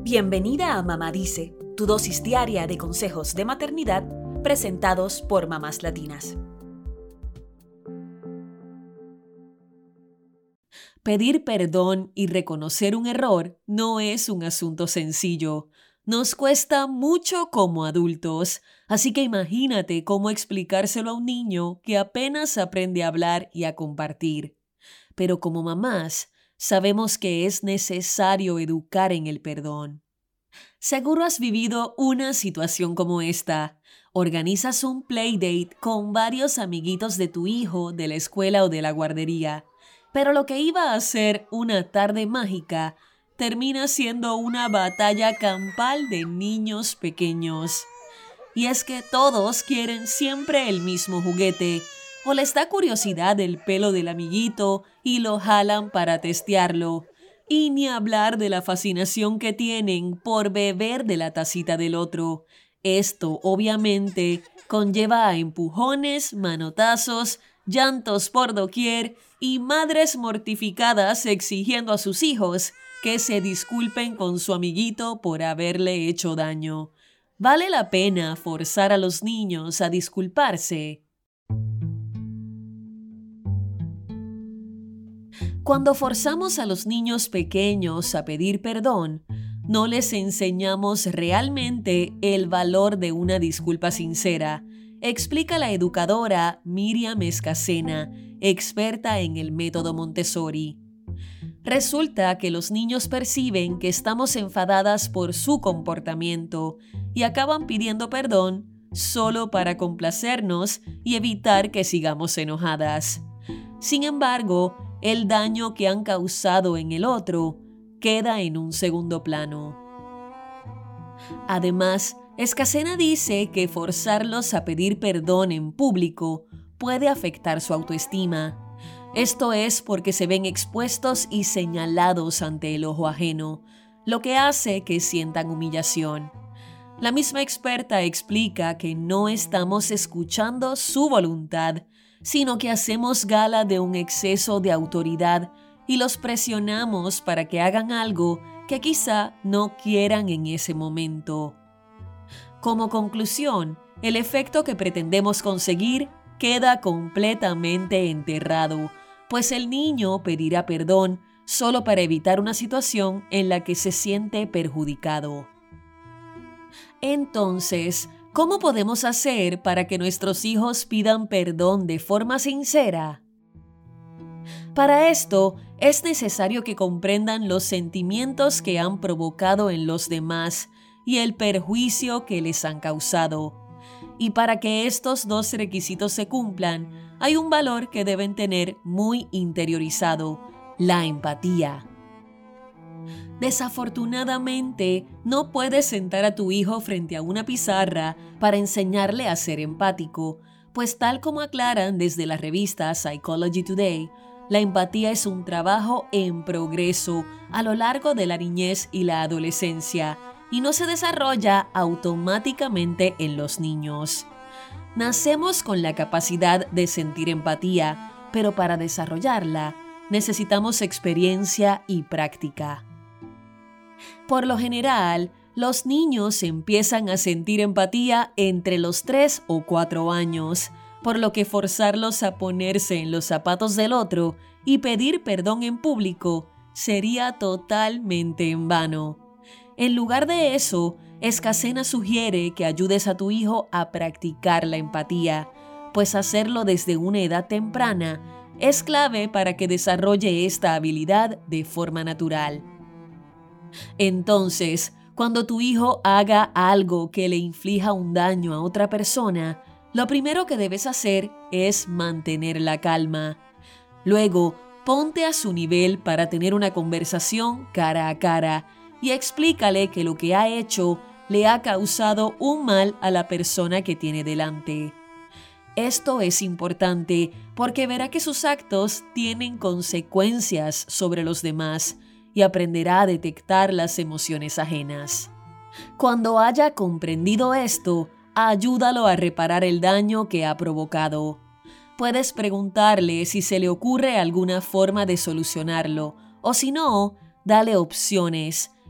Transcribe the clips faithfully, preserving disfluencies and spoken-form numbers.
Bienvenida a Mamá Dice, tu dosis diaria de consejos de maternidad presentados por mamás latinas. Pedir perdón y reconocer un error no es un asunto sencillo. Nos cuesta mucho como adultos, así que imagínate cómo explicárselo a un niño que apenas aprende a hablar y a compartir. Pero como mamás, sabemos que es necesario educar en el perdón. Seguro has vivido una situación como esta. Organizas un playdate con varios amiguitos de tu hijo de la escuela o de la guardería, pero lo que iba a ser una tarde mágica termina siendo una batalla campal de niños pequeños. Y es que todos quieren siempre el mismo juguete, o les da curiosidad el pelo del amiguito y lo jalan para testearlo. Y ni hablar de la fascinación que tienen por beber de la tacita del otro. Esto, obviamente, conlleva a empujones, manotazos, llantos por doquier y madres mortificadas exigiendo a sus hijos que se disculpen con su amiguito por haberle hecho daño. ¿Vale la pena forzar a los niños a disculparse? Cuando forzamos a los niños pequeños a pedir perdón, no les enseñamos realmente el valor de una disculpa sincera, explica la educadora Miriam Escacena, experta en el método Montessori. Resulta que los niños perciben que estamos enfadadas por su comportamiento y acaban pidiendo perdón solo para complacernos y evitar que sigamos enojadas. Sin embargo, el daño que han causado en el otro queda en un segundo plano. Además, Escacena dice que forzarlos a pedir perdón en público puede afectar su autoestima. Esto es porque se ven expuestos y señalados ante el ojo ajeno, lo que hace que sientan humillación. La misma experta explica que no estamos escuchando su voluntad, sino que hacemos gala de un exceso de autoridad y los presionamos para que hagan algo que quizá no quieran en ese momento. Como conclusión, el efecto que pretendemos conseguir queda completamente enterrado, pues el niño pedirá perdón solo para evitar una situación en la que se siente perjudicado. Entonces, ¿cómo podemos hacer para que nuestros hijos pidan perdón de forma sincera? Para esto, es necesario que comprendan los sentimientos que han provocado en los demás y el perjuicio que les han causado. Y para que estos dos requisitos se cumplan, hay un valor que deben tener muy interiorizado: la empatía. Desafortunadamente, no puedes sentar a tu hijo frente a una pizarra para enseñarle a ser empático, pues tal como aclaran desde la revista Psychology Today, la empatía es un trabajo en progreso a lo largo de la niñez y la adolescencia y no se desarrolla automáticamente en los niños. Nacemos con la capacidad de sentir empatía, pero para desarrollarla necesitamos experiencia y práctica. Por lo general, los niños empiezan a sentir empatía entre los tres o cuatro años, por lo que forzarlos a ponerse en los zapatos del otro y pedir perdón en público sería totalmente en vano. En lugar de eso, Escacena sugiere que ayudes a tu hijo a practicar la empatía, pues hacerlo desde una edad temprana es clave para que desarrolle esta habilidad de forma natural. Entonces, cuando tu hijo haga algo que le inflija un daño a otra persona, lo primero que debes hacer es mantener la calma. Luego, ponte a su nivel para tener una conversación cara a cara y explícale que lo que ha hecho le ha causado un mal a la persona que tiene delante. Esto es importante porque verá que sus actos tienen consecuencias sobre los demás y aprenderá a detectar las emociones ajenas. Cuando haya comprendido esto, ayúdalo a reparar el daño que ha provocado. Puedes preguntarle si se le ocurre alguna forma de solucionarlo, o si no, dale opciones,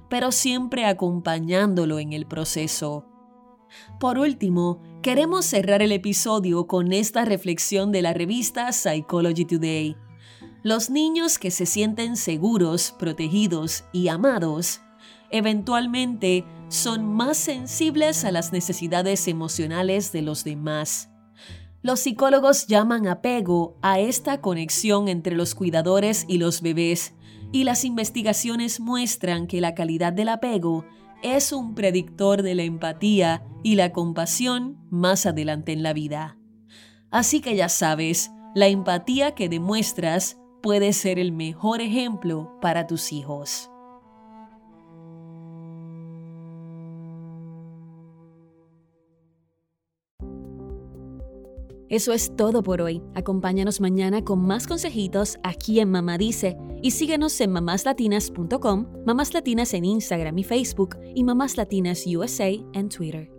pero siempre acompañándolo en el proceso. Por último, queremos cerrar el episodio con esta reflexión de la revista Psychology Today. Los niños que se sienten seguros, protegidos y amados, eventualmente son más sensibles a las necesidades emocionales de los demás. Los psicólogos llaman apego a esta conexión entre los cuidadores y los bebés, y las investigaciones muestran que la calidad del apego es un predictor de la empatía y la compasión más adelante en la vida. Así que ya sabes, la empatía que demuestras puede ser el mejor ejemplo para tus hijos. Eso es todo por hoy. Acompáñanos mañana con más consejitos aquí en Mamá Dice y síguenos en mamás latinas punto com, Mamás Latinas en Instagram y Facebook y Mamás Latinas U S A en Twitter.